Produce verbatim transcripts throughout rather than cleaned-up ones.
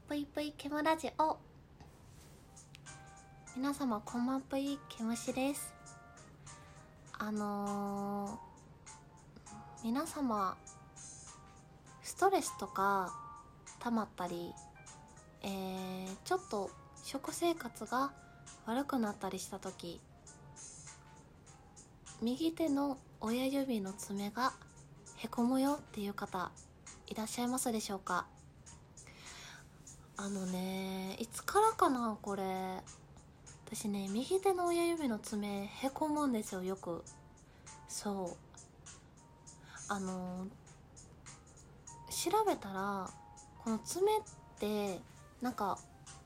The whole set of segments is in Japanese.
ぷいぷいケムラジオ。皆様こんばんぷい、ケムシです。あのー、皆様ストレスとか溜まったり、えー、ちょっと食生活が悪くなったりした時、右手の親指の爪がへこむよっていう方いらっしゃいますでしょうか？あのね、いつからかなこれ、私ね、右手の親指の爪へこむんですよ、よく。そうあの調べたら、この爪ってなんか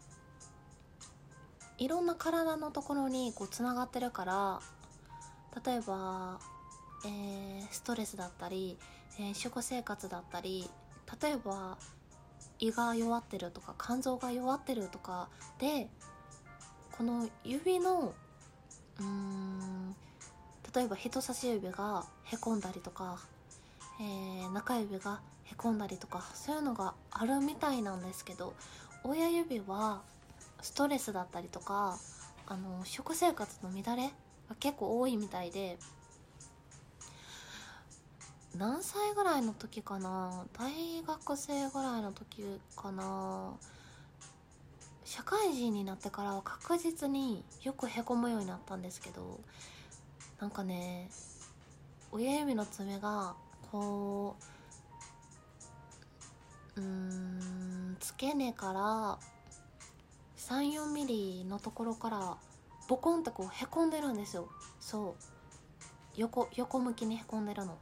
いろんな体のところにこうつながってるから、例えば、えー、ストレスだったり、えー、食生活だったり、例えば胃が弱ってるとか肝臓が弱ってるとかで、この指のうーん例えば人差し指がへこんだりとか、えー、中指がへこんだりとか、そういうのがあるみたいなんですけど、親指はストレスだったりとか、あの食生活の乱れが結構多いみたいで、何歳ぐらいの時かな、大学生ぐらいの時かな、社会人になってからは確実によくへこむようになったんですけど、なんかね、親指の爪がこううーん付け根からさん、よんミリのところからボコンってこうへこんでるんですよ。そう横横向きにへこんでるの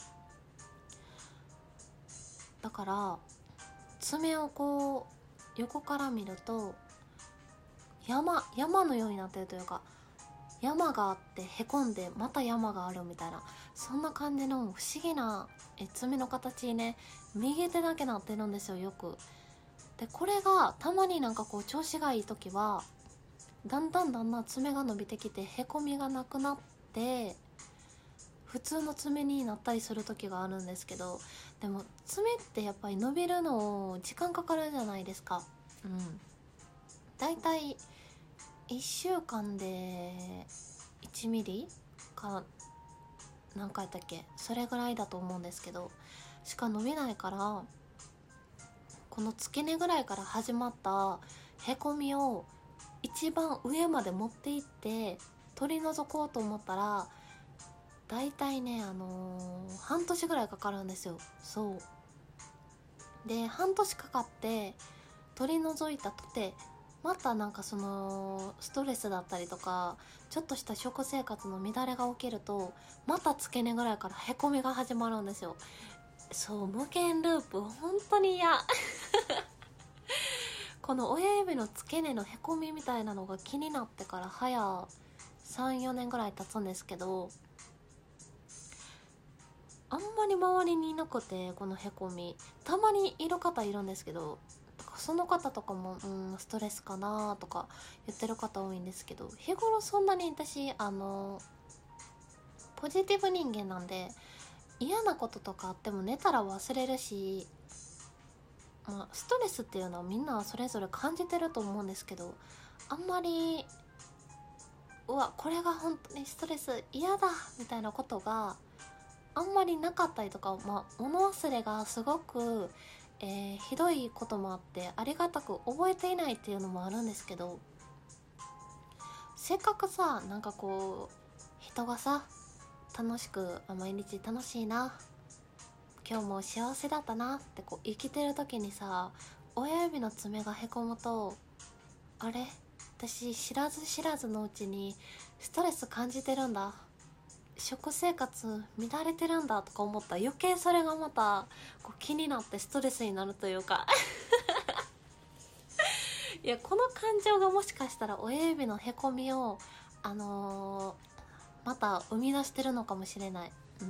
だから、爪をこう横から見ると山山のようになってるというか、山があってへこんでまた山があるみたいな、そんな感じの不思議なえ爪の形にね、右手だけなってるんですよ、よく。でこれがたまになんかこう調子がいい時はだんだんだんだん爪が伸びてきてへこみがなくなって普通の爪になったりする時があるんですけど、でも爪ってやっぱり伸びるの時間かかるじゃないですか。うんだいたいいっしゅうかんでいちミリか何回やったっけ、それぐらいだと思うんですけど、しか伸びないから、この付け根ぐらいから始まったへこみを一番上まで持っていって取り除こうと思ったら、だいたいね、あのー、半年ぐらいかかるんですよ。そうで半年かかって取り除いたとて、またなんかそのストレスだったりとか、ちょっとした食生活の乱れが起きると、また付け根ぐらいからへこみが始まるんですよ。そう無限ループ、本当に嫌この親指の付け根のへこみみたいなのが気になってから早さん、よねんぐらい経つんですけど、あんまり周りにいなくて、このへこみたまにいる方いるんですけど、その方とかもうんストレスかなとか言ってる方多いんですけど、日頃そんなに私あのポジティブ人間なんで、嫌なこととかあっても寝たら忘れるし、まあ、ストレスっていうのはみんなそれぞれ感じてると思うんですけど、あんまりうわこれが本当にストレス嫌だみたいなことがあんまりなかったりとか、まあ、物忘れがすごく、えー、ひどいこともあってありがたく覚えていないっていうのもあるんですけど、せっかくさ、なんかこう人がさ楽しく毎日楽しいな、今日も幸せだったなってこう生きてる時にさ、親指の爪がへこむと、あれ私知らず知らずのうちにストレス感じてるんだ、食生活乱れてるんだとか思ったら、余計それがまたこう気になってストレスになるというかいやこの感情がもしかしたら親指のへこみをあのー、また生み出してるのかもしれない。うん、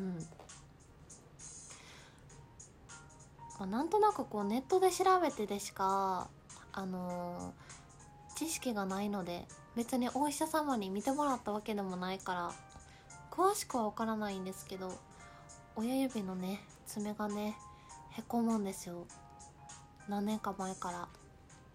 まあ、なんとなくこうネットで調べてでしかあのー、知識がないので、別にお医者様に見てもらったわけでもないから詳しくは分からないんですけど、親指のね爪がねへこむんですよ、何年か前から。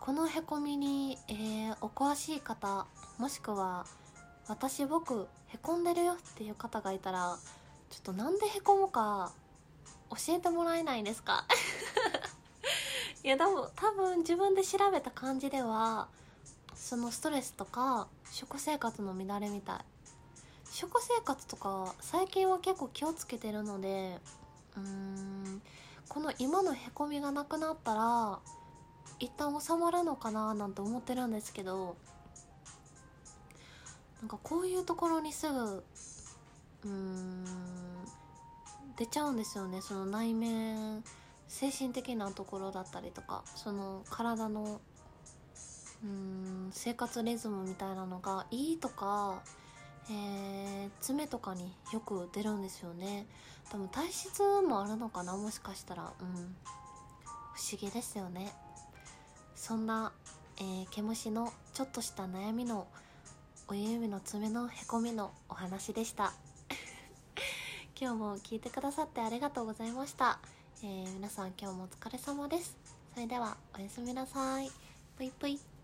このへこみに、えー、お詳しい方、もしくは私僕へこんでるよっていう方がいたら、ちょっとなんでへこむか教えてもらえないですか？いや、多分多分自分で調べた感じでは、そのストレスとか食生活の乱れみたい。食生活とか最近は結構気をつけてるので、うーんこの今のへこみがなくなったら一旦収まるのかななんて思ってるんですけど、なんかこういうところにすぐうーん出ちゃうんですよね。その内面、精神的なところだったりとか、その体のうーん生活リズムみたいなのがいいとか、えー、爪とかによく出るんですよね。多分体質もあるのかな、もしかしたら。うん不思議ですよね。そんな、えー、毛虫のちょっとした悩みの親指の爪のへこみのお話でした。今日も聞いてくださってありがとうございました。えー、皆さん今日もお疲れ様です。それではおやすみなさい。ぷいぷい。